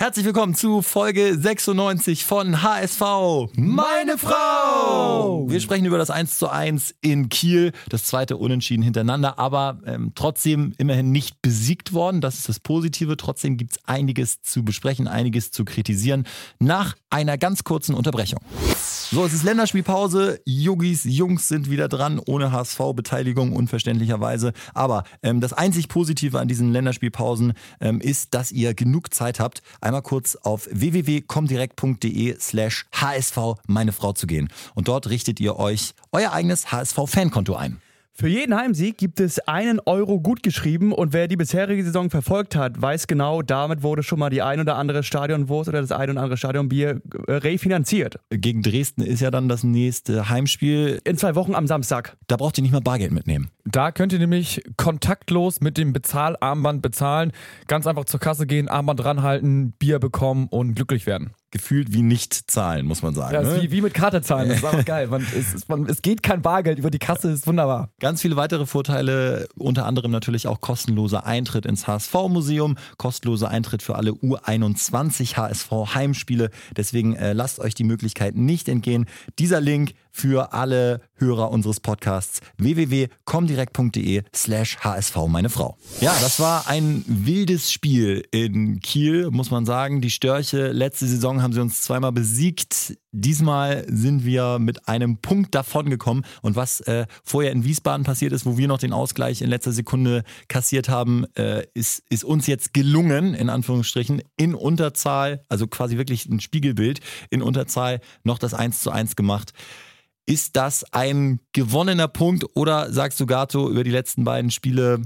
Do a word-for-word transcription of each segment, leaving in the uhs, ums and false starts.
Herzlich willkommen zu Folge sechsundneunzig von H S V, meine Frau! Wir sprechen über das eins zu eins in Kiel, das zweite Unentschieden hintereinander, aber ähm, trotzdem immerhin nicht besiegt worden. Das ist das Positive. Trotzdem gibt es einiges zu besprechen, einiges zu kritisieren nach einer ganz kurzen Unterbrechung. So, es ist Länderspielpause. Jugis, Jungs sind wieder dran, ohne H S V-Beteiligung, unverständlicherweise. Aber ähm, das einzig Positive an diesen Länderspielpausen ähm, ist, dass ihr genug Zeit habt, einmal kurz auf w w w punkt comdirect.de slash hsv meine Frau zu gehen. Und dort richtet ihr euch euer eigenes H S V-Fankonto ein. Für jeden Heimsieg gibt es einen Euro gutgeschrieben und wer die bisherige Saison verfolgt hat, weiß genau, damit wurde schon mal die ein oder andere Stadionwurst oder das ein oder andere Stadionbier refinanziert. Gegen Dresden ist ja dann das nächste Heimspiel. In zwei Wochen am Samstag. Da braucht ihr nicht mal Bargeld mitnehmen. Da könnt ihr nämlich kontaktlos mit dem Bezahlarmband bezahlen. Ganz einfach zur Kasse gehen, Armband ranhalten, Bier bekommen und glücklich werden. Gefühlt wie nicht zahlen, muss man sagen. Ja, ne? wie, wie mit Karte zahlen, das ist einfach geil. Man, es, man, es geht kein Bargeld über die Kasse, ist wunderbar. Ganz viele weitere Vorteile, unter anderem natürlich auch kostenloser Eintritt ins H S V-Museum, kostenloser Eintritt für alle U einundzwanzig H S V-Heimspiele. Deswegen äh, lasst euch die Möglichkeit nicht entgehen. Dieser Link für alle Hörer unseres Podcasts w w w punkt comdirect.de slash hsv meine Frau. Ja, das war ein wildes Spiel in Kiel, muss man sagen. Die Störche, letzte Saison haben sie uns zweimal besiegt. Diesmal sind wir mit einem Punkt davongekommen. Und was äh, vorher in Wiesbaden passiert ist, wo wir noch den Ausgleich in letzter Sekunde kassiert haben, äh, ist, ist uns jetzt gelungen, in Anführungsstrichen, in Unterzahl, also quasi wirklich ein Spiegelbild, in Unterzahl noch das eins zu eins gemacht. Ist das ein gewonnener Punkt oder sagst du, Gato, über die letzten beiden Spiele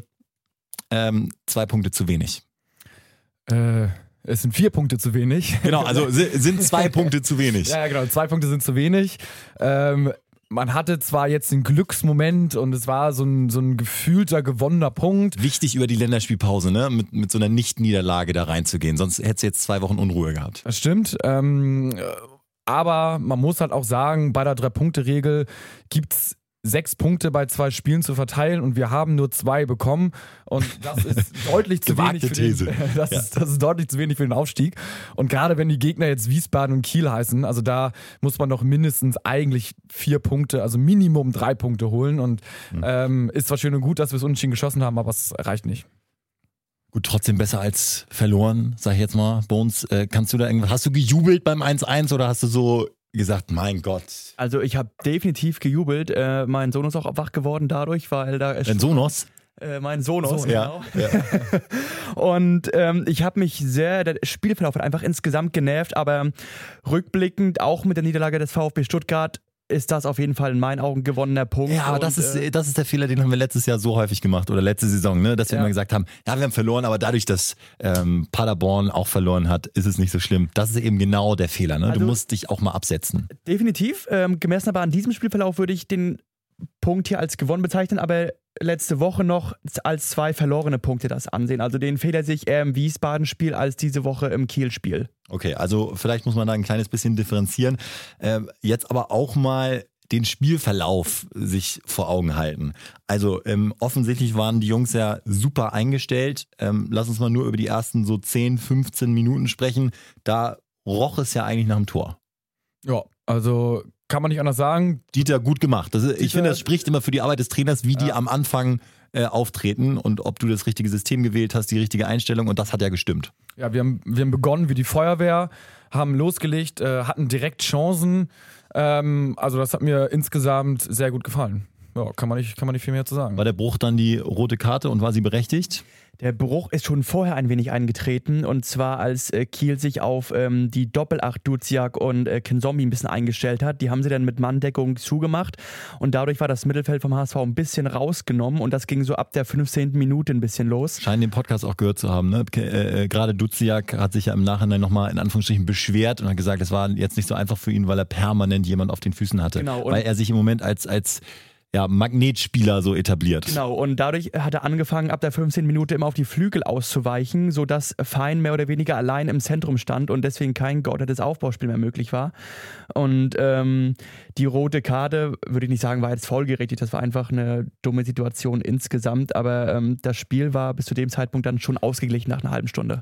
ähm, zwei Punkte zu wenig? Äh, es sind vier Punkte zu wenig. Genau, also sind zwei Punkte zu wenig. Ja, genau, zwei Punkte sind zu wenig. Ähm, man hatte zwar jetzt einen Glücksmoment und es war so ein, so ein gefühlter, gewonnener Punkt. Wichtig über die Länderspielpause, ne? Mit, mit so einer Nicht-Niederlage da reinzugehen, sonst hättest du jetzt zwei Wochen Unruhe gehabt. Das stimmt. Ähm, aber man muss halt auch sagen, bei der Drei-Punkte-Regel gibt es sechs Punkte bei zwei Spielen zu verteilen und wir haben nur zwei bekommen und das ist deutlich zu wenig für den, das, ja. ist, das ist deutlich zu wenig für den Aufstieg und gerade wenn die Gegner jetzt Wiesbaden und Kiel heißen, also da muss man doch mindestens eigentlich vier Punkte, also Minimum drei Punkte holen und mhm. ähm, ist zwar schön und gut, dass wir es unentschieden geschossen haben, aber es reicht nicht. Gut, trotzdem besser als verloren, sag ich jetzt mal. Bones, äh, kannst du da irgendwas, hast du gejubelt beim eins eins oder hast du so gesagt, mein Gott? Also ich habe definitiv gejubelt. Äh, mein Sohn ist auch wach geworden dadurch, weil da... Dein Sonos? Äh, mein Sonos, so, genau. Ja, ja. Und ähm, ich habe mich sehr, der Spielverlauf hat einfach insgesamt genervt, aber rückblickend auch mit der Niederlage des VfB Stuttgart ist das auf jeden Fall in meinen Augen gewonnener Punkt. Ja, aber und, das ist, äh, das ist der Fehler, den haben wir letztes Jahr so häufig gemacht oder letzte Saison, ne? Dass wir ja. immer gesagt haben, ja, wir haben verloren, aber dadurch, dass ähm, Paderborn auch verloren hat, ist es nicht so schlimm. Das ist eben genau der Fehler, ne? Also, du musst dich auch mal absetzen. Definitiv. Ähm, gemessen aber an diesem Spielverlauf würde ich den Punkt hier als gewonnen bezeichnen, aber letzte Woche noch als zwei verlorene Punkte das ansehen. Also den Fehler sehe ich eher im Wiesbaden-Spiel als diese Woche im Kiel-Spiel. Okay, also vielleicht muss man da ein kleines bisschen differenzieren. Ähm, jetzt aber auch mal den Spielverlauf sich vor Augen halten. Also ähm, offensichtlich waren die Jungs ja super eingestellt. Ähm, lass uns mal nur über die ersten so zehn, fünfzehn Minuten sprechen. Da roch es ja eigentlich nach dem Tor. Ja, also kann man nicht anders sagen. Dieter, gut gemacht. Das ist, Dieter, ich finde, das spricht immer für die Arbeit des Trainers, wie die ja. am Anfang äh, auftreten und ob du das richtige System gewählt hast, die richtige Einstellung und das hat ja gestimmt. Ja, wir haben, wir haben begonnen wie die Feuerwehr, haben losgelegt, äh, hatten direkt Chancen. Ähm, also das hat mir insgesamt sehr gut gefallen. Ja, kann man nicht, kann man nicht viel mehr zu sagen. War der Bruch dann die rote Karte und war sie berechtigt? Der Bruch ist schon vorher ein wenig eingetreten und zwar als äh, Kiel sich auf ähm, die Doppelacht Duziak und äh, Kinzombie ein bisschen eingestellt hat. Die haben sie dann mit Manndeckung zugemacht und dadurch war das Mittelfeld vom H S V ein bisschen rausgenommen und das ging so ab der fünfzehnten Minute ein bisschen los. Scheinen den Podcast auch gehört zu haben, ne? Äh, äh, gerade Duziak hat sich ja im Nachhinein nochmal in Anführungsstrichen beschwert und hat gesagt, es war jetzt nicht so einfach für ihn, weil er permanent jemand auf den Füßen hatte. Genau, weil er sich im Moment als, als ja, Magnetspieler so etabliert. Genau, und dadurch hat er angefangen, ab der fünfzehnten Minute immer auf die Flügel auszuweichen, sodass Fein mehr oder weniger allein im Zentrum stand und deswegen kein geordnetes Aufbauspiel mehr möglich war. Und ähm, die rote Karte, würde ich nicht sagen, war jetzt folgerichtig, das war einfach eine dumme Situation insgesamt, aber ähm, das Spiel war bis zu dem Zeitpunkt dann schon ausgeglichen nach einer halben Stunde.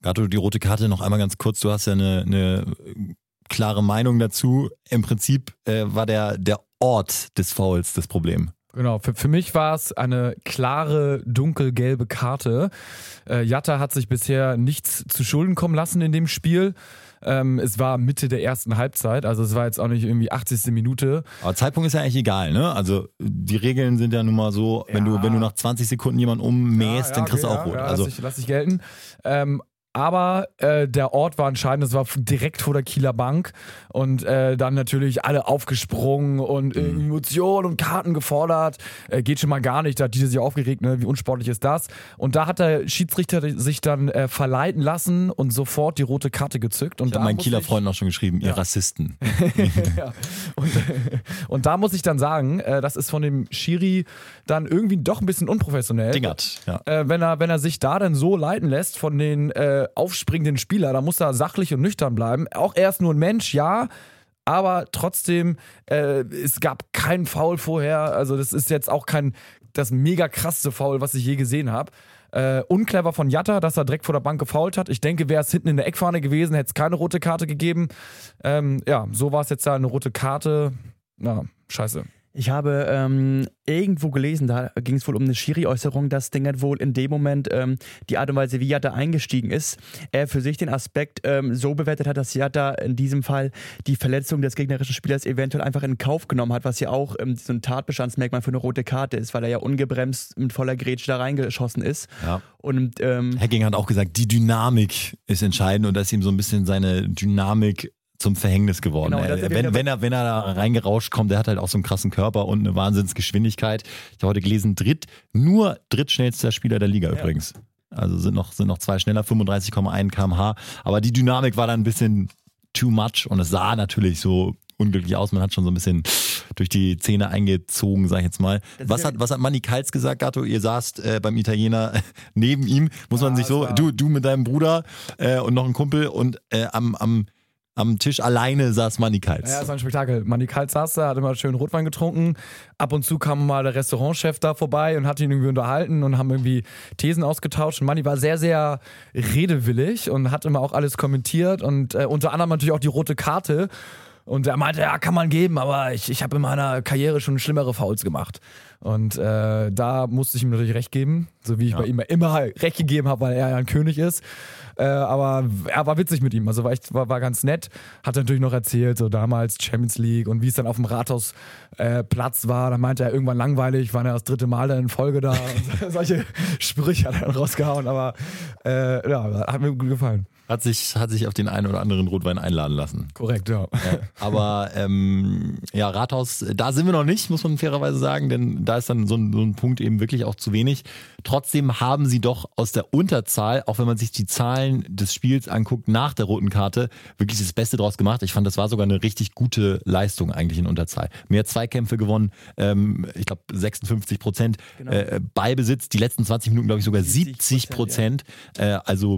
Gato, die rote Karte noch einmal ganz kurz. Du hast ja eine, eine klare Meinung dazu. Im Prinzip äh, war der, der Ort des Fouls das Problem. Genau, für, für mich war es eine klare, dunkelgelbe Karte. Äh, Jatta hat sich bisher nichts zu Schulden kommen lassen in dem Spiel. Ähm, es war Mitte der ersten Halbzeit, also es war jetzt auch nicht irgendwie achtzigste Minute. Aber Zeitpunkt ist ja eigentlich egal, ne? Also die Regeln sind ja nun mal so, wenn, ja. du, wenn du nach zwanzig Sekunden jemanden ummähst, ja, ja, dann kriegst okay, du auch rot. Ja, ja, also, lass, ich, lass ich gelten. Ähm, Aber äh, der Ort war entscheidend, es war direkt vor der Kieler Bank und äh, dann natürlich alle aufgesprungen und äh, Emotionen und Karten gefordert. Äh, geht schon mal gar nicht, da hat diese sich aufgeregt, ne? Wie unsportlich ist das? Und da hat der Schiedsrichter sich dann äh, verleiten lassen und sofort die rote Karte gezückt. Und ich habe meinen Kieler ich, Freunden auch schon geschrieben, ihr ja. Rassisten. ja. und, äh, und da muss ich dann sagen, äh, das ist von dem Schiri dann irgendwie doch ein bisschen unprofessionell. Dingert, ja. Äh, wenn, er, wenn er sich da dann so leiten lässt von den äh, aufspringenden Spieler, da muss er sachlich und nüchtern bleiben. Auch er ist nur ein Mensch, ja, aber trotzdem, äh, es gab keinen Foul vorher, also das ist jetzt auch kein das mega krasseste Foul, was ich je gesehen habe. Äh, unclever von Jatta, dass er direkt vor der Bank gefoult hat. Ich denke, wäre es hinten in der Eckfahne gewesen, hätte es keine rote Karte gegeben. Ähm, ja, so war es jetzt da eine rote Karte. Na, scheiße. Ich habe ähm, irgendwo gelesen, da ging es wohl um eine Schiri-Äußerung, dass Dingert wohl in dem Moment ähm, die Art und Weise, wie Jatta eingestiegen ist, er für sich den Aspekt ähm, so bewertet hat, dass Jatta in diesem Fall die Verletzung des gegnerischen Spielers eventuell einfach in Kauf genommen hat, was ja auch ähm, so ein Tatbestandsmerkmal für eine rote Karte ist, weil er ja ungebremst mit voller Grätsche da reingeschossen ist. Ja. Und ähm, Hacking hat auch gesagt, die Dynamik ist entscheidend und dass ihm so ein bisschen seine Dynamik zum Verhängnis geworden. Genau, er, wenn, wenn, er, wenn er da reingerauscht kommt, der hat halt auch so einen krassen Körper und eine Wahnsinnsgeschwindigkeit. Ich habe heute gelesen, dritt, nur drittschnellster Spieler der Liga ja. übrigens. Also sind noch, sind noch zwei schneller, fünfunddreißig Komma eins Kilometer pro Stunde. Aber die Dynamik war dann ein bisschen too much und es sah natürlich so unglücklich aus. Man hat schon so ein bisschen durch die Zähne eingezogen, sag ich jetzt mal. Was hat, was hat Manni Kals gesagt, Gato? Ihr saßt äh, beim Italiener neben ihm. Muss man ja, sich so, du, du mit deinem Bruder äh, und noch ein Kumpel und äh, am, am Am Tisch alleine saß Manni Kals. Ja, das war ein Spektakel. Manni Kals saß da, hat immer schön Rotwein getrunken. Ab und zu kam mal der Restaurantchef da vorbei und hat ihn irgendwie unterhalten und haben irgendwie Thesen ausgetauscht. Und Manni war sehr, sehr redewillig und hat immer auch alles kommentiert und äh, unter anderem natürlich auch die rote Karte. Und er meinte, ja, kann man geben, aber ich, ich habe in meiner Karriere schon schlimmere Fouls gemacht. Und äh, da musste ich ihm natürlich recht geben, so wie ich ja. bei ihm immer recht gegeben habe, weil er ja ein König ist. Äh, aber er war witzig mit ihm, also war, echt, war, war ganz nett. Hat natürlich noch erzählt, so damals Champions League und wie es dann auf dem Rathausplatz äh, war. Da meinte er irgendwann langweilig, war er das dritte Mal dann in Folge da. Und solche Sprüche hat er dann rausgehauen, aber äh, ja, hat mir gut gefallen. Hat sich, hat sich auf den einen oder anderen Rotwein einladen lassen. Korrekt, ja. ja aber ähm, ja, Rathaus, da sind wir noch nicht, muss man fairerweise sagen, denn da ist dann so ein, so ein Punkt eben wirklich auch zu wenig. Trotzdem haben sie doch aus der Unterzahl, auch wenn man sich die Zahlen des Spiels anguckt, nach der roten Karte, wirklich das Beste draus gemacht. Ich fand, das war sogar eine richtig gute Leistung eigentlich in Unterzahl. Mehr Zweikämpfe gewonnen, ähm, ich glaube sechsundfünfzig Prozent genau. äh, Ballbesitz, die letzten zwanzig Minuten glaube ich sogar siebzig Prozent. Ja. Äh, also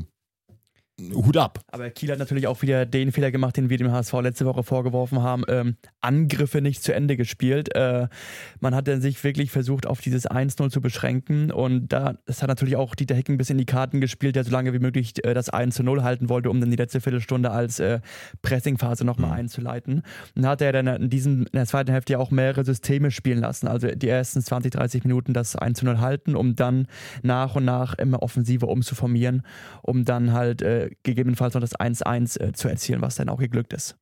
Hut ab. Aber Kiel hat natürlich auch wieder den Fehler gemacht, den wir dem H S V letzte Woche vorgeworfen haben. Ähm, Angriffe nicht zu Ende gespielt. Äh, man hat dann sich wirklich versucht, auf dieses eins null zu beschränken. Und da, das hat natürlich auch Dieter Hecking ein bisschen in die Karten gespielt, der so lange wie möglich äh, das eins zu null halten wollte, um dann die letzte Viertelstunde als äh, Pressingphase nochmal mhm. einzuleiten. Und dann hat er dann in, diesem, in der zweiten Hälfte ja auch mehrere Systeme spielen lassen. Also die ersten zwanzig, dreißig Minuten das eins zu null halten, um dann nach und nach immer offensiver umzuformieren, um dann halt äh, gegebenenfalls noch das eins eins äh, zu erzielen, was dann auch geglückt ist.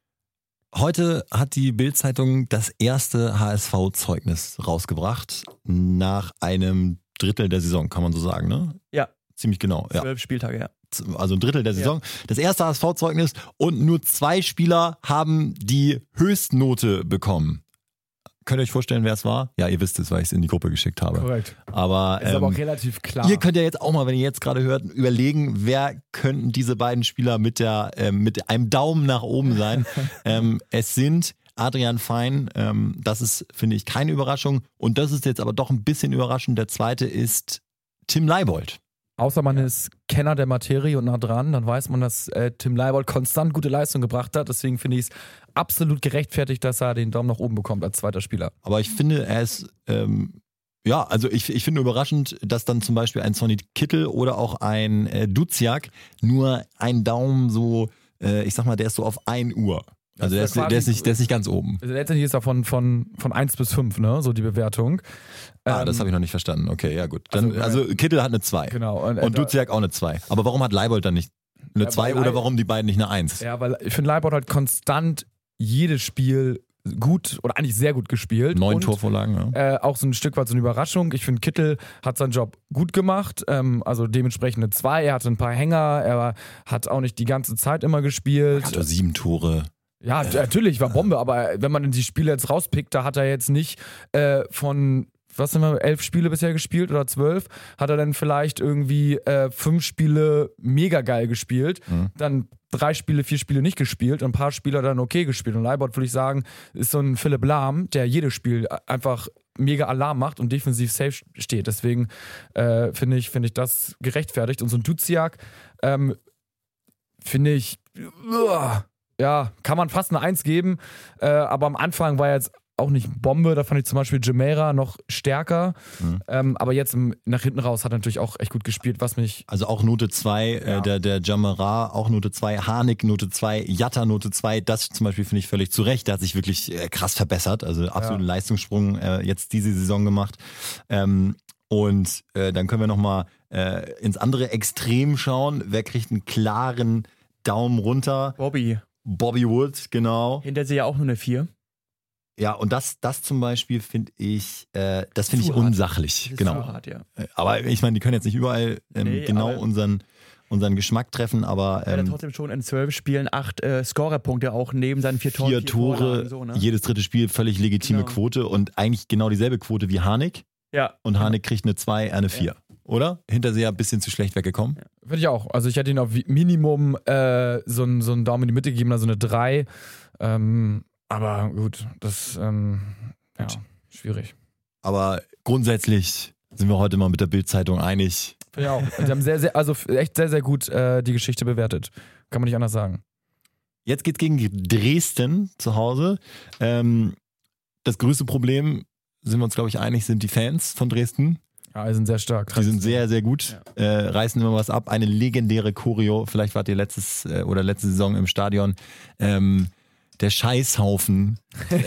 Heute hat die Bild-Zeitung das erste H S V-Zeugnis rausgebracht, nach einem Drittel der Saison, kann man so sagen, ne? Ja. Ziemlich genau. Zwölf ja. Spieltage, ja. Also ein Drittel der Saison. Ja. Das erste H S V-Zeugnis und nur zwei Spieler haben die Höchstnote bekommen. Könnt ihr euch vorstellen, wer es war? Ja, ihr wisst es, weil ich es in die Gruppe geschickt habe. Korrekt. Aber, ist ähm, aber auch relativ klar. Ihr könnt ja jetzt auch mal, wenn ihr jetzt gerade hört, überlegen, wer könnten diese beiden Spieler mit, der, äh, mit einem Daumen nach oben sein. ähm, es sind Adrian Fein, ähm, das ist, finde ich, keine Überraschung. Und das ist jetzt aber doch ein bisschen überraschend. Der zweite ist Tim Leibold. Außer man ist Kenner der Materie und nah dran, dann weiß man, dass äh, Tim Leibold konstant gute Leistung gebracht hat. Deswegen finde ich es absolut gerechtfertigt, dass er den Daumen nach oben bekommt als zweiter Spieler. Aber ich finde, er ist, ähm, Ja, also ich, ich finde überraschend, dass dann zum Beispiel ein Sonny Kittel oder auch ein äh, Duziak nur einen Daumen so, äh, ich sag mal, der ist so auf ein Uhr. Also der ist, der, ist nicht, der ist nicht ganz oben. Also letztendlich ist er von, von, von eins bis fünf, ne? So die Bewertung. Ah, ähm, das habe ich noch nicht verstanden. Okay, ja gut. Dann, also, also Kittel hat eine zwei. Genau. Und, Und Duziak auch eine zwei. Aber warum hat Leibold dann nicht eine Ja, zwei weil oder Leib- warum die beiden nicht eine eins? Ja, weil ich finde, Leibold hat konstant jedes Spiel gut oder eigentlich sehr gut gespielt. Neun und, Torvorlagen, ja. Äh, auch so ein Stück weit so eine Überraschung. Ich finde, Kittel hat seinen Job gut gemacht, ähm, also dementsprechend eine zwei. Er hatte ein paar Hänger, er hat auch nicht die ganze Zeit immer gespielt. Hat er sieben Tore. Ja, natürlich, war Bombe, aber wenn man die Spiele jetzt rauspickt, da hat er jetzt nicht äh, von, was haben wir, elf Spiele bisher gespielt oder zwölf, hat er dann vielleicht irgendwie äh, fünf Spiele mega geil gespielt, Mhm. dann drei Spiele, vier Spiele nicht gespielt und ein paar Spiele dann okay gespielt. Und Leibold, würde ich sagen, ist so ein Philipp Lahm, der jedes Spiel einfach mega Alarm macht und defensiv safe steht. Deswegen äh, finde ich, find ich das gerechtfertigt. Und so ein Duziak ähm, finde ich, uah, ja, kann man fast eine Eins geben, äh, aber am Anfang war er jetzt auch nicht Bombe, da fand ich zum Beispiel Jamera noch stärker, Mhm. ähm, aber jetzt im, nach hinten raus hat er natürlich auch echt gut gespielt, was mich, Also auch Note zwei, Ja. äh, der, der Jamara auch Note zwei, Harnik Note zwei, Jatta Note zwei, das zum Beispiel finde ich völlig zu Recht. Der hat sich wirklich äh, krass verbessert, also absoluten Ja. Leistungssprung äh, jetzt diese Saison gemacht. Ähm, und äh, dann können wir nochmal äh, ins andere Extrem schauen. Wer kriegt einen klaren Daumen runter? Bobby, Bobby Wood, genau. hinter sie ja auch nur eine vier. Ja, und das, das zum Beispiel finde ich, äh, das finde ich Zu hart. unsachlich. Das ist Genau. zu hart, ja. Aber ich meine, die können jetzt nicht überall ähm, Nee, genau aber- unseren, unseren Geschmack treffen, aber Er hat ähm, trotzdem schon in zwölf Spielen acht äh, Scorerpunkte auch neben seinen vier Toren. vier Tore, Vorlagen, so, ne? jedes dritte Spiel völlig legitime Genau. Quote und eigentlich genau dieselbe Quote wie Harnik. Ja. Und Harnik kriegt eine zwei, er eine vier. Oder? Hinterseher ein bisschen zu schlecht weggekommen. Ja. finde ich auch, also ich hätte ihn auf Minimum äh, so, einen, so einen Daumen in die Mitte gegeben, also eine drei, ähm, aber gut, das, ähm, ja, schwierig. Aber grundsätzlich sind wir heute mal mit der Bild-Zeitung einig. Finde ich auch. Die haben sehr, sehr, also echt sehr, sehr gut äh, die Geschichte bewertet. Kann man nicht anders sagen. Jetzt geht's gegen Dresden zu Hause. Ähm, das größte Problem, sind wir uns glaube ich einig, sind die Fans von Dresden. Ja, die sind sehr stark. Die sind sehr, sehr gut, äh, reißen immer was ab. Eine legendäre Choreo, vielleicht wart ihr letztes äh, oder letzte Saison im Stadion. Ähm, der Scheißhaufen,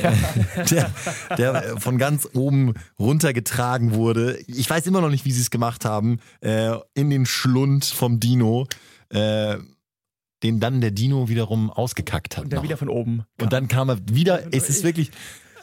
äh, der, der von ganz oben runtergetragen wurde. Ich weiß immer noch nicht, wie sie es gemacht haben. Äh, in den Schlund vom Dino, äh, den dann der Dino wiederum ausgekackt hat. Und dann noch. wieder von oben. Und dann kam er wieder, es ist wirklich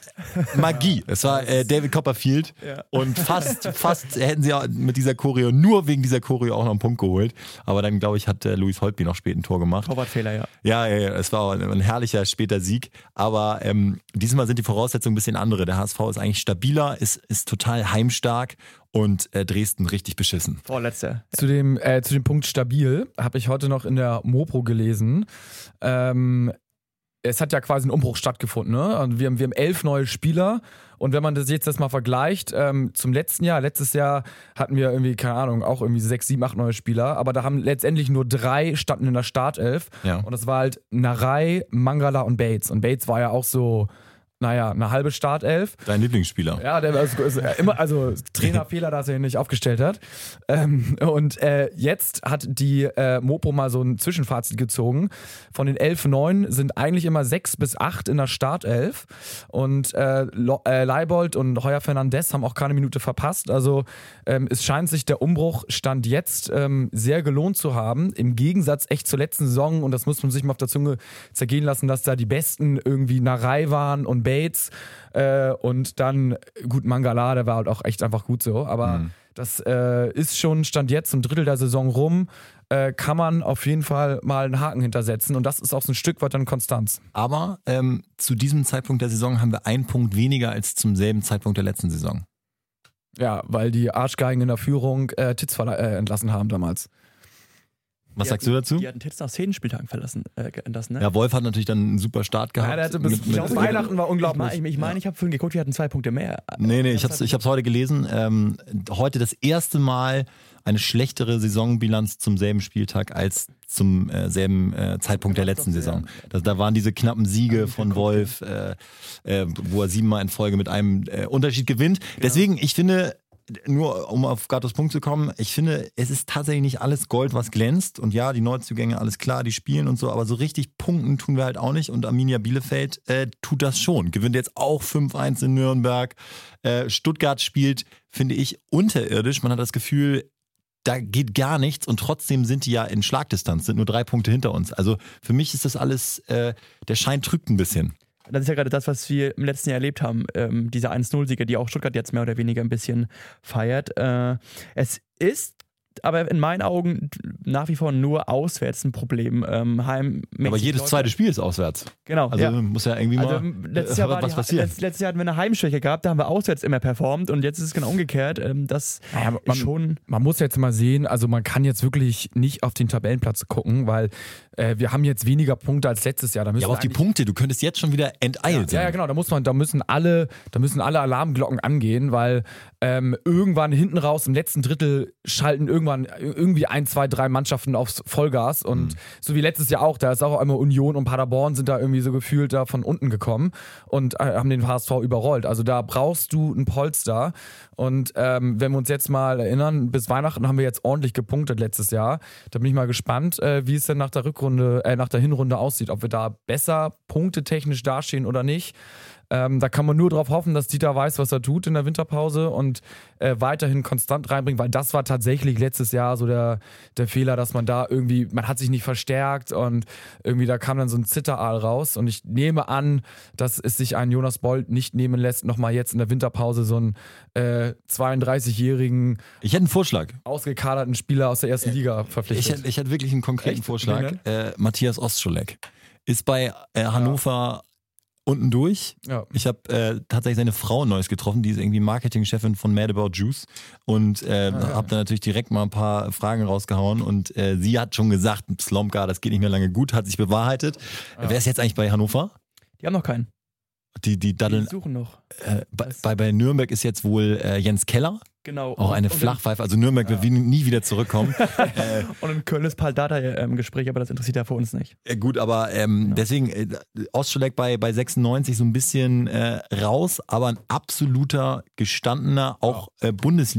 Magie. Es war äh, David Copperfield Ja. und fast, fast hätten sie auch mit dieser Choreo, nur wegen dieser Choreo auch noch einen Punkt geholt. Aber dann, glaube ich, hat äh, Luis Holtby noch spät ein Tor gemacht. Torwartfehler, ja. Ja, ja, ja, es war auch ein, ein herrlicher später Sieg. Aber ähm, diesmal sind die Voraussetzungen ein bisschen andere. Der H S V ist eigentlich stabiler, ist, ist total heimstark und äh, Dresden richtig beschissen. Vorletzter. Zu dem, äh, zu dem Punkt stabil habe ich heute noch in der Mopro gelesen. Ähm, es hat ja quasi ein Umbruch stattgefunden. Ne? Und wir, haben, wir haben elf neue Spieler. Und wenn man das jetzt das mal vergleicht, ähm, zum letzten Jahr, letztes Jahr hatten wir irgendwie, keine Ahnung, auch irgendwie sechs, sieben, acht neue Spieler. Aber da haben letztendlich nur drei standen in der Startelf. Ja. Und das war halt Narei, Mangala und Bates. Und Bates war ja auch so, naja, eine halbe Startelf. Dein Lieblingsspieler. Ja, der also, also, immer, also Trainerfehler, dass er ihn nicht aufgestellt hat. Ähm, und äh, jetzt hat die äh, Mopo mal so ein Zwischenfazit gezogen. Von den elf neuen sind eigentlich immer sechs bis acht in der Startelf. Und äh, Lo- äh, Leibold und Heuer Fernandes haben auch keine Minute verpasst. Also ähm, es scheint sich der Umbruch Stand jetzt ähm, sehr gelohnt zu haben. Im Gegensatz echt zur letzten Saison, und das muss man sich mal auf der Zunge zergehen lassen, dass da die Besten irgendwie Narei waren und Bates äh, und dann, gut, Mangala, der war halt auch echt einfach gut so, aber Mhm. das äh, ist schon, Stand jetzt, ein Drittel der Saison rum, äh, kann man auf jeden Fall mal einen Haken hintersetzen und das ist auch so ein Stück weit dann Konstanz. Aber ähm, zu diesem Zeitpunkt der Saison haben wir einen Punkt weniger als zum selben Zeitpunkt der letzten Saison. Ja, weil die Arschgeigen in der Führung äh, Titz verla- äh, entlassen haben damals. Was Die sagst hatten, du dazu? Die hatten Titz nach zehn Spieltagen verlassen, äh, entlassen, ne? Ja, Wolf hat natürlich dann einen super Start gehabt. Ja, der hatte bis, Mit- ich mit- glaube, Weihnachten war Ich unglaublich. meine, ich, ich, mein, ich habe vorhin geguckt, wir hatten zwei Punkte mehr. Nee, nee, ich Das hab's, hat- ich hab's heute gelesen. Ähm, heute das erste Mal eine schlechtere Saisonbilanz zum selben Spieltag als zum äh, selben äh, Zeitpunkt der Ja, letzten doch, Saison. ja. Das, da waren diese knappen Siege Hab ich von geguckt, Wolf, äh, äh, wo er siebenmal in Folge mit einem äh, Unterschied gewinnt. Deswegen, ich finde, nur um auf Gatos Punkt zu kommen, ich finde, es ist tatsächlich nicht alles Gold, was glänzt. Und ja, die Neuzugänge, alles klar, die spielen und so, aber so richtig punkten tun wir halt auch nicht. Und Arminia Bielefeld äh, tut das schon. Gewinnt jetzt auch fünf eins in Nürnberg. Äh, Stuttgart spielt, finde ich, unterirdisch. Man hat das Gefühl, da geht gar nichts und trotzdem sind die ja in Schlagdistanz, sind nur drei Punkte hinter uns. Also für mich ist das alles, äh, der Schein trügt ein bisschen. Das ist ja gerade das, was wir im letzten Jahr erlebt haben, ähm, diese eins null Siege, die auch Stuttgart jetzt mehr oder weniger ein bisschen feiert. Äh, es ist aber in meinen Augen nach wie vor nur auswärts ein Problem. Ähm, Heim, aber jedes Leute, zweite Spiel ist auswärts. Genau. Also ja. muss ja irgendwie also, mal letztes äh, Jahr war was die, passieren. letzt, letztes Jahr hatten wir eine Heimschwäche gehabt, da haben wir auswärts immer performt und jetzt ist es genau umgekehrt. Ähm, das naja, man, ist schon... Man muss jetzt mal sehen, also man kann jetzt wirklich nicht auf den Tabellenplatz gucken, weil äh, wir haben jetzt weniger Punkte als letztes Jahr. Da müssen ja, aber auf die Punkte, du könntest jetzt schon wieder enteilt ja, sein. Ja, genau, da muss man, da müssen alle, da müssen alle Alarmglocken angehen, weil ähm, irgendwann hinten raus im letzten Drittel schalten irgendwann irgendwie ein, zwei, drei Mannschaften aufs Vollgas und mhm. so wie letztes Jahr auch, da ist auch einmal Union und Paderborn sind da irgendwie so gefühlt da von unten gekommen und äh, haben den H S V überrollt. Also da brauchst du ein Polster und ähm, wenn wir uns jetzt mal erinnern, bis Weihnachten haben wir jetzt ordentlich gepunktet letztes Jahr. Da bin ich mal gespannt, äh, wie es denn nach der Rückrunde, äh, nach der Hinrunde aussieht, ob wir da besser punktetechnisch dastehen oder nicht. Ähm, da kann man nur darauf hoffen, dass Dieter weiß, was er tut in der Winterpause und äh, weiterhin konstant reinbringt, weil das war tatsächlich letztes Jahr so der, der Fehler, dass man da irgendwie, man hat sich nicht verstärkt und irgendwie da kam dann so ein Zitteraal raus und ich nehme an, dass es sich ein Jonas Bold nicht nehmen lässt, nochmal jetzt in der Winterpause so einen äh, zweiunddreißigjährigen ich hätte einen Vorschlag. Ausgekaderten Spieler aus der ersten Liga verpflichtet. Ich hätte, ich hätte wirklich einen konkreten Echt? Vorschlag. Äh, Matthias Ostscholek ist bei äh, Hannover ja. unten durch. Ja. Ich habe äh, tatsächlich seine Frau Neues getroffen, die ist irgendwie Marketingchefin von Mad About Juice und äh, ah, ja. habe da natürlich direkt mal ein paar Fragen rausgehauen und äh, sie hat schon gesagt, Slomka, das geht nicht mehr lange gut, hat sich bewahrheitet. Ja. Wer ist jetzt eigentlich bei Hannover? Die haben noch keinen. Die, die daddeln. Die suchen noch. Äh, bei, bei, bei Nürnberg ist jetzt wohl äh, Jens Keller. Genau. Auch eine Flachpfeife. Also Nürnberg ja. wird nie wieder zurückkommen. äh, und in Köln ist Paul Dardai im Gespräch, aber das interessiert ja für uns nicht. Äh, gut, aber ähm, genau. deswegen äh, Ostscholek bei, bei sechsundneunzig so ein bisschen äh, raus, aber ein absoluter, gestandener, auch äh,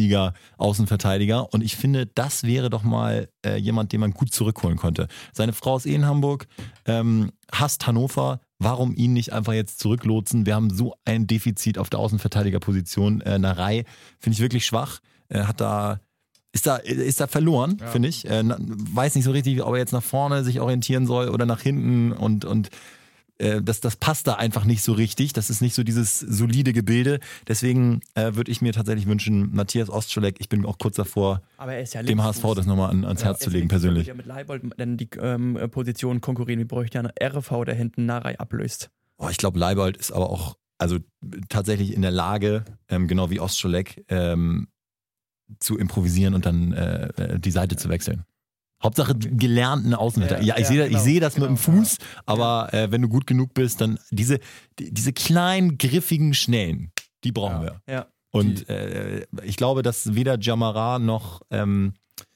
Bundesliga-Außenverteidiger. Und ich finde, das wäre doch mal äh, jemand, den man gut zurückholen konnte. Seine Frau ist eh in Hamburg, ähm, hasst Hannover. Warum ihn nicht einfach jetzt zurücklotsen? Wir haben so ein Defizit auf der Außenverteidigerposition. Äh, Narei finde ich wirklich schwach. Äh, hat da, ist da, ist da verloren, ja. finde ich. Äh, weiß nicht so richtig, ob er jetzt nach vorne sich orientieren soll oder nach hinten und, und äh, das, das passt da einfach nicht so richtig. Das ist nicht so dieses solide Gebilde. Deswegen äh, würde ich mir tatsächlich wünschen, Matthias Ostscholek, ich bin auch kurz davor, aber er ist ja dem H S V das nochmal an, ans ja, Herz zu legen, persönlich. Ja, mit Leibold denn die ähm, Position konkurrieren, wir bräuchten ja eine R V, der hinten Narei ablöst. Oh, ich glaube, Leibold ist aber auch also tatsächlich in der Lage, ähm, genau wie Ostscholek, ähm, zu improvisieren und dann äh, die Seite zu wechseln. Hauptsache gelernten Außenverteidiger. Ja, ja, ich ja, sehe genau, seh das genau, mit dem Fuß, ja. aber äh, wenn du gut genug bist, dann diese, die, diese kleinen, griffigen, schnellen, die brauchen ja. wir. Ja. Und äh, ich glaube, dass weder Jamara noch ähm,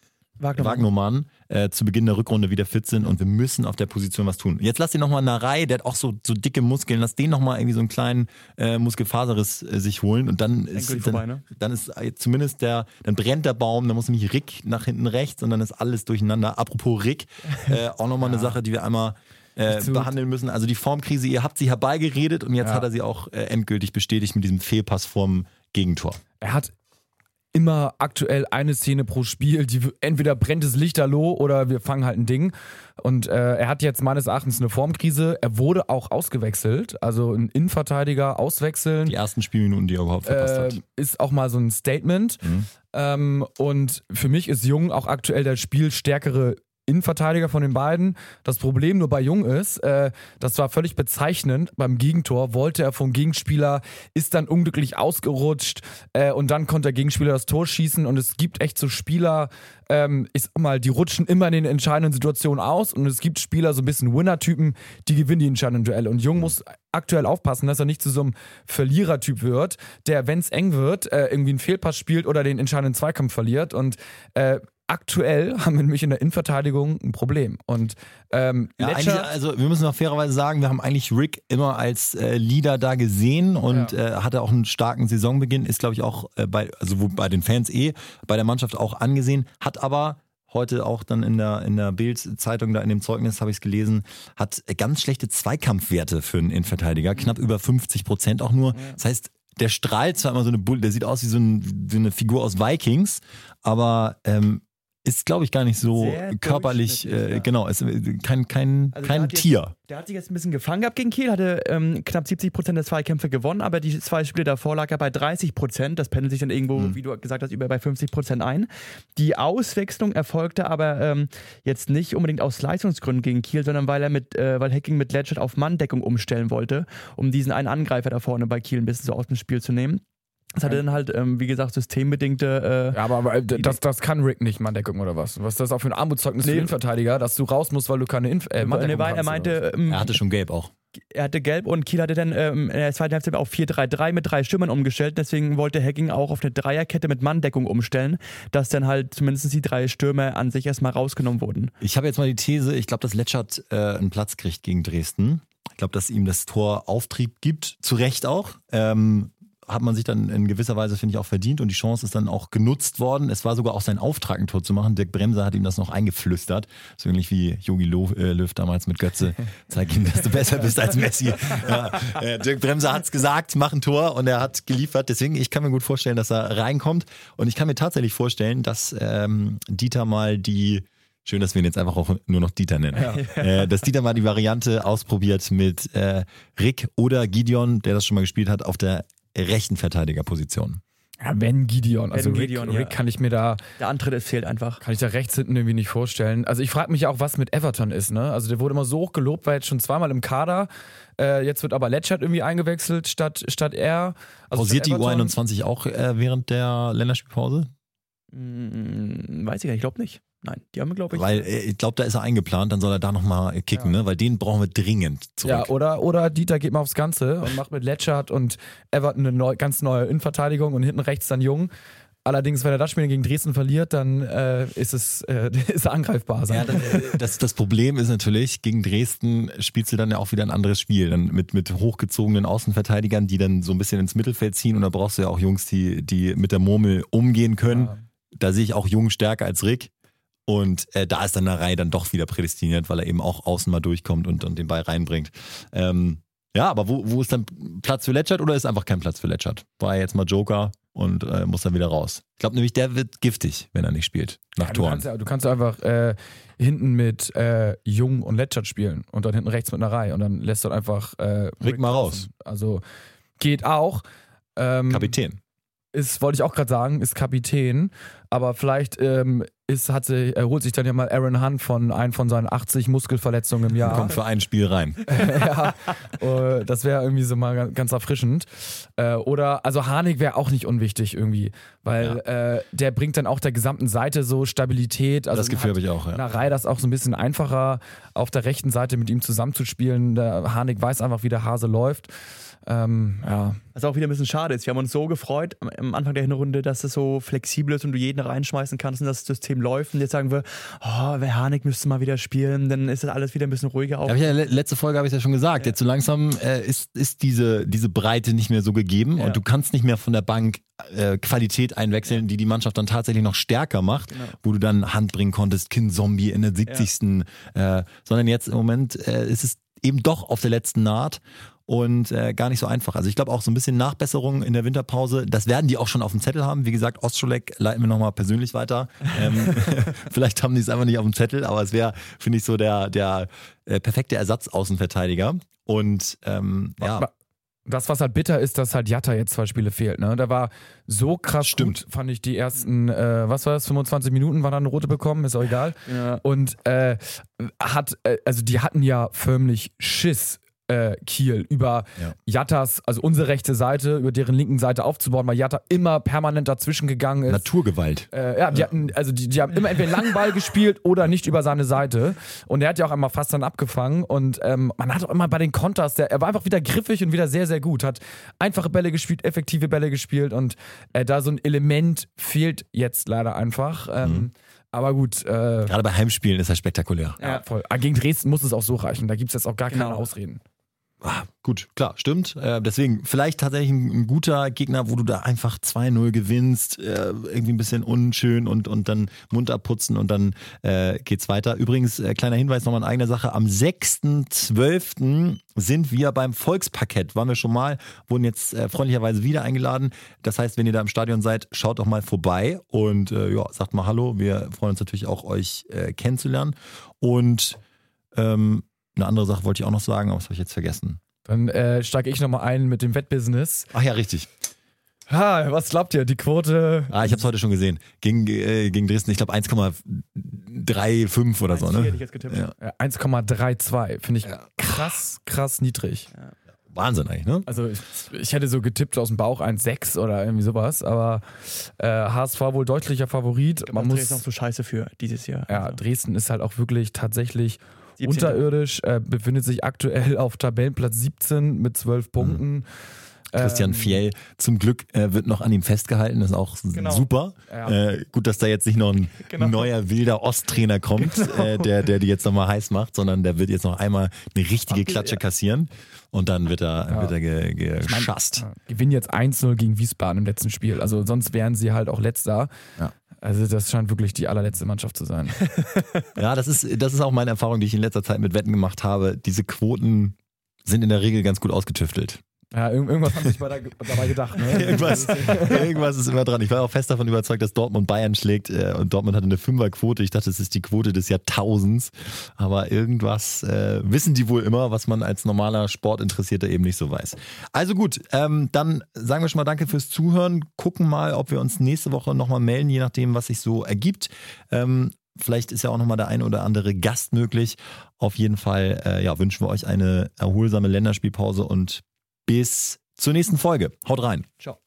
Wagnermann äh, zu Beginn der Rückrunde wieder fit sind und wir müssen auf der Position was tun. Jetzt lass den nochmal Narei, der hat auch so, so dicke Muskeln, lass den nochmal irgendwie so einen kleinen äh, Muskelfaserriss äh, sich holen und dann ist, dann, vorbei, ne? dann ist zumindest der, dann brennt der Baum, dann muss nämlich Rick nach hinten rechts und dann ist alles durcheinander. Apropos Rick, äh, auch nochmal ja. eine Sache, die wir einmal äh, behandeln müssen. Also die Formkrise, ihr habt sie herbeigeredet und jetzt ja. hat er sie auch äh, endgültig bestätigt mit diesem Fehlpass vorm Gegentor. Er hat immer aktuell eine Szene pro Spiel, die entweder brennt es lichterloh oder wir fangen halt ein Ding. Und äh, er hat jetzt meines Erachtens eine Formkrise. Er wurde auch ausgewechselt, also ein Innenverteidiger auswechseln. Die ersten Spielminuten, die er überhaupt verpasst äh, hat. Ist auch mal so ein Statement. Mhm. Ähm, und für mich ist Jung auch aktuell der spielstärkere Innenverteidiger von den beiden. Das Problem nur bei Jung ist, äh, das war völlig bezeichnend, beim Gegentor wollte er vom Gegenspieler, ist dann unglücklich ausgerutscht äh, und dann konnte der Gegenspieler das Tor schießen und es gibt echt so Spieler, ähm, ich sag mal, die rutschen immer in den entscheidenden Situationen aus und es gibt Spieler, so ein bisschen Winner-Typen, die gewinnen die entscheidenden Duelle und Jung muss aktuell aufpassen, dass er nicht zu so einem Verlierertyp wird, der, wenn es eng wird, äh, irgendwie einen Fehlpass spielt oder den entscheidenden Zweikampf verliert und äh, aktuell haben wir nämlich in der Innenverteidigung ein Problem. Und ähm, Ja, eigentlich, Lecce, also wir müssen noch fairerweise sagen, wir haben eigentlich Rick immer als äh, Leader da gesehen und Ja. äh, hatte auch einen starken Saisonbeginn, ist glaube ich auch äh, bei, also wo, bei den Fans eh, bei der Mannschaft auch angesehen, hat aber heute auch dann in der, in der Bild-Zeitung, da in dem Zeugnis habe ich es gelesen, hat ganz schlechte Zweikampfwerte für einen Innenverteidiger, knapp über fünfzig Prozent auch nur. Das heißt, der strahlt zwar immer so eine Bull, der sieht aus wie so, ein, wie eine Figur aus Vikings, aber ähm, ist, glaube ich, gar nicht so Sehr körperlich, durchschnittlich, äh, ja. genau, ist kein, kein, Also kein der hat jetzt- Tier. Der hat sich jetzt ein bisschen gefangen gehabt gegen Kiel, hatte ähm, knapp siebzig Prozent der Zweikämpfe gewonnen, aber die zwei Spiele davor lag er bei dreißig Prozent. Das pendelt sich dann irgendwo, Mhm. wie du gesagt hast, über bei fünfzig Prozent ein. Die Auswechslung erfolgte aber ähm, jetzt nicht unbedingt aus Leistungsgründen gegen Kiel, sondern weil er mit, äh, weil Hacking mit Letschert auf Manndeckung umstellen wollte, um diesen einen Angreifer da vorne bei Kiel ein bisschen so aus dem Spiel zu nehmen. Das hatte dann halt, ähm, wie gesagt, systembedingte. Äh, ja, aber, aber äh, das, das kann Rick nicht, Manndeckung oder was? Was ist das auch für ein Armutszeugnis für Nee. den Innenverteidiger, dass du raus musst, weil du keine Inf äh, nee, Manndeckung weil er kannst, meinte, oder was? ähm, Er hatte schon gelb auch. er hatte gelb und Kiel hatte dann ähm, in der zweiten Halbzeit auf vier drei drei mit drei Stürmern umgestellt. Deswegen wollte Hacking auch auf eine Dreierkette mit Manndeckung umstellen, dass dann halt zumindest die drei Stürmer an sich erstmal rausgenommen wurden. Ich habe jetzt mal die These, ich glaube, dass Letschert äh, einen Platz kriegt gegen Dresden. Ich glaube, dass ihm das Tor Auftrieb gibt, zu Recht auch. Ähm, hat man sich dann in gewisser Weise, finde ich, auch verdient und die Chance ist dann auch genutzt worden. Es war sogar auch sein Auftrag, ein Tor zu machen. Dirk Bremser hat ihm das noch eingeflüstert. So ähnlich wie Jogi Löw, äh, Löw damals mit Götze. Zeig ihm, dass du besser bist als Messi. Ja, äh, Dirk Bremser hat's gesagt, mach ein Tor und er hat geliefert. Deswegen, ich kann mir gut vorstellen, dass er reinkommt und ich kann mir tatsächlich vorstellen, dass ähm, Dieter mal die Schön, dass wir ihn jetzt einfach auch nur noch Dieter nennen. Ja. Äh, dass Dieter mal die Variante ausprobiert mit äh, Rick oder Gideon, der das schon mal gespielt hat, auf der rechten Verteidigerposition. Ja, wenn Gideon. Also Wenn Rick, Gideon, Rick ja. kann ich mir da, Der Antritt es fehlt einfach. kann ich da rechts hinten irgendwie nicht vorstellen. Also ich frage mich auch, was mit Everton ist, ne? Also der wurde immer so hoch gelobt, war jetzt schon zweimal im Kader. Äh, jetzt wird aber Letschert irgendwie eingewechselt statt, statt er. Also Pausiert die statt U Everton- einundzwanzig auch äh, während der Länderspielpause? Hm, weiß ich gar nicht, ich glaube nicht. Nein, die haben wir, glaube ich. Weil äh, ich glaube, da ist er eingeplant, dann soll er da nochmal kicken, Ja. ne? Weil den brauchen wir dringend zurück. Ja, oder, oder Dieter geht mal aufs Ganze und macht mit Letschert und Everton eine neu, ganz neue Innenverteidigung und hinten rechts dann Jung. Allerdings, wenn er das Spiel gegen Dresden verliert, dann äh, ist es äh, ist er angreifbar. Ja, das, das, das Problem ist natürlich, gegen Dresden spielst du dann ja auch wieder ein anderes Spiel. Dann mit, mit hochgezogenen Außenverteidigern, die dann so ein bisschen ins Mittelfeld ziehen. Und da brauchst du ja auch Jungs, die, die mit der Murmel umgehen können. Ja. Da sehe ich auch Jung stärker als Rick. Und äh, da ist dann Narei dann doch wieder prädestiniert, weil er eben auch außen mal durchkommt und, und den Ball reinbringt. Ähm, ja, aber wo, wo ist dann Platz für Letschert oder ist einfach kein Platz für Letschert? War er jetzt mal Joker und äh, muss dann wieder raus. Ich glaube nämlich, der wird giftig, wenn er nicht spielt, nach Ja, du, Toren. kannst ja, du kannst ja einfach äh, hinten mit äh, Jung und Letschert spielen und dann hinten rechts mit einer Reihe und dann lässt du einfach äh, Rick mal raus. Also geht auch. Ähm, Kapitän. ist, wollte ich auch gerade sagen, ist Kapitän, aber vielleicht ähm, ist, hat sie, erholt sich dann ja mal Aaron Hunt von einem von seinen achtzig Muskelverletzungen im Jahr. Kommt für ein Spiel rein. Ja, äh, das wäre irgendwie so mal ganz, ganz erfrischend. Äh, oder, also Harnik wäre auch nicht unwichtig irgendwie, weil äh, der bringt dann auch der gesamten Seite so Stabilität. Also Das Gefühl hat habe ich auch, ja. Narei das auch so ein bisschen einfacher, auf der rechten Seite mit ihm zusammenzuspielen. Der Harnik weiß einfach, wie der Hase läuft. Ähm, ja. Was auch wieder ein bisschen schade ist. Wir haben uns so gefreut am- am Anfang der Hinrunde, dass es so flexibel ist und du jeden reinschmeißen kannst und das System läuft. Und jetzt sagen wir, oh, wer Harnik müsste mal wieder spielen, dann ist das alles wieder ein bisschen ruhiger. Auf. Hab ich ja, le- letzte Folge habe ich ja schon gesagt. Jetzt so langsam äh, ist, ist diese, diese Breite nicht mehr so gegeben Ja. und du kannst nicht mehr von der Bank äh, Qualität einwechseln, die die Mannschaft dann tatsächlich noch stärker macht, Genau. wo du dann Hand bringen konntest, Kin-Zombie in der siebzigsten Äh, sondern jetzt im Moment äh, ist es eben doch auf der letzten Naht. Und äh, gar nicht so einfach. Also ich glaube auch so ein bisschen Nachbesserung in der Winterpause, das werden die auch schon auf dem Zettel haben. Wie gesagt, Ostscholek leiten wir nochmal persönlich weiter. Ähm, vielleicht haben die es einfach nicht auf dem Zettel, aber es wäre, finde ich, so der, der äh, perfekte Ersatzaußenverteidiger. Und ähm, ja, Das, was halt bitter ist, dass halt Jatta jetzt zwei Spiele fehlt. Ne? Der war so krass Stimmt. gut, fand ich die ersten, äh, was war das, fünfundzwanzig Minuten, war da eine rote bekommen, ist auch egal. Ja. Und äh, hat, äh, also die hatten ja förmlich Schiss. Äh, Kiel über Ja. Jattas, also unsere rechte Seite, über deren linken Seite aufzubauen, weil Jatta immer permanent dazwischen gegangen ist. Naturgewalt. Äh, ja, die hatten, also die, die haben immer entweder einen langen Ball gespielt oder nicht über seine Seite. Und er hat ja auch einmal fast dann abgefangen. Und ähm, man hat auch immer bei den Konters, der, er war einfach wieder griffig und wieder sehr, sehr gut. Hat einfache Bälle gespielt, effektive Bälle gespielt und äh, da so ein Element fehlt jetzt leider einfach. Ähm, Mhm. Aber gut. Äh, Gerade bei Heimspielen ist er spektakulär. Ja, voll. Aber gegen Dresden muss es auch so reichen. Da gibt es jetzt auch gar keine Genau. Ausreden. Ah, gut, klar, stimmt. Äh, deswegen vielleicht tatsächlich ein, ein guter Gegner, wo du da einfach zwei null gewinnst, äh, irgendwie ein bisschen unschön und, und dann Mund abputzen und dann äh, geht's weiter. Übrigens, äh, kleiner Hinweis nochmal in eigener Sache, am sechsten zwölften sind wir beim Volksparkett. Waren wir schon mal, wurden jetzt äh, freundlicherweise wieder eingeladen. Das heißt, wenn ihr da im Stadion seid, schaut doch mal vorbei und äh, ja, sagt mal Hallo. Wir freuen uns natürlich auch, euch äh, kennenzulernen. Und ähm, eine andere Sache wollte ich auch noch sagen, aber das habe ich jetzt vergessen. Dann äh, steige ich nochmal ein mit dem Wettbusiness. Ach ja, richtig. Ha, was glaubt ihr? Die Quote. Ah, ich habe es heute schon gesehen. Gegen, äh, gegen Dresden, ich glaube eins Komma fünfunddreißig oder so, Hätte ne? ich jetzt getippt. Ja. Ja, eins Komma zweiunddreißig. Finde ich Ja. krass, krass niedrig. Wahnsinn eigentlich, ne? Also ich, ich hätte so getippt aus dem Bauch eins Komma sechs oder irgendwie sowas, aber äh, H S V wohl deutlicher Favorit. Man Man muss, ist noch so scheiße für dieses Jahr. ja, Also, Dresden ist halt auch wirklich tatsächlich siebzehnten unterirdisch, äh, befindet sich aktuell auf Tabellenplatz siebzehn mit zwölf Punkten. Christian Ähm, Fiel, zum Glück äh, wird noch an ihm festgehalten, ist auch Genau. super. Ja. Äh, gut, dass da jetzt nicht noch ein Genau. neuer wilder Osttrainer kommt, äh, der, der die jetzt nochmal heiß macht, sondern der wird jetzt noch einmal eine richtige Ach, Klatsche ja. kassieren und dann wird er, Ja. wird er ge, ge mein- geschasst. Ja, gewinnen jetzt eins null gegen Wiesbaden im letzten Spiel. Also sonst wären sie halt auch letzter. Ja. Also das scheint wirklich die allerletzte Mannschaft zu sein. Ja, das ist, das ist auch meine Erfahrung, die ich in letzter Zeit mit Wetten gemacht habe. Diese Quoten sind in der Regel ganz gut ausgetüftelt. Ja, irg- irgendwas haben sie sich bei der, dabei gedacht. Ne? Irgendwas, irgendwas ist immer dran. Ich war auch fest davon überzeugt, dass Dortmund Bayern schlägt äh, und Dortmund hatte eine Fünferquote. Ich dachte, es ist die Quote des Jahrtausends. Aber irgendwas äh, wissen die wohl immer, was man als normaler Sportinteressierter eben nicht so weiß. Also gut, ähm, dann sagen wir schon mal danke fürs Zuhören. Gucken mal, ob wir uns nächste Woche nochmal melden, je nachdem, was sich so ergibt. Ähm, Vielleicht ist ja auch nochmal der ein oder andere Gast möglich. Auf jeden Fall äh, ja, wünschen wir euch eine erholsame Länderspielpause und bis zur nächsten Folge. Haut rein. Ciao.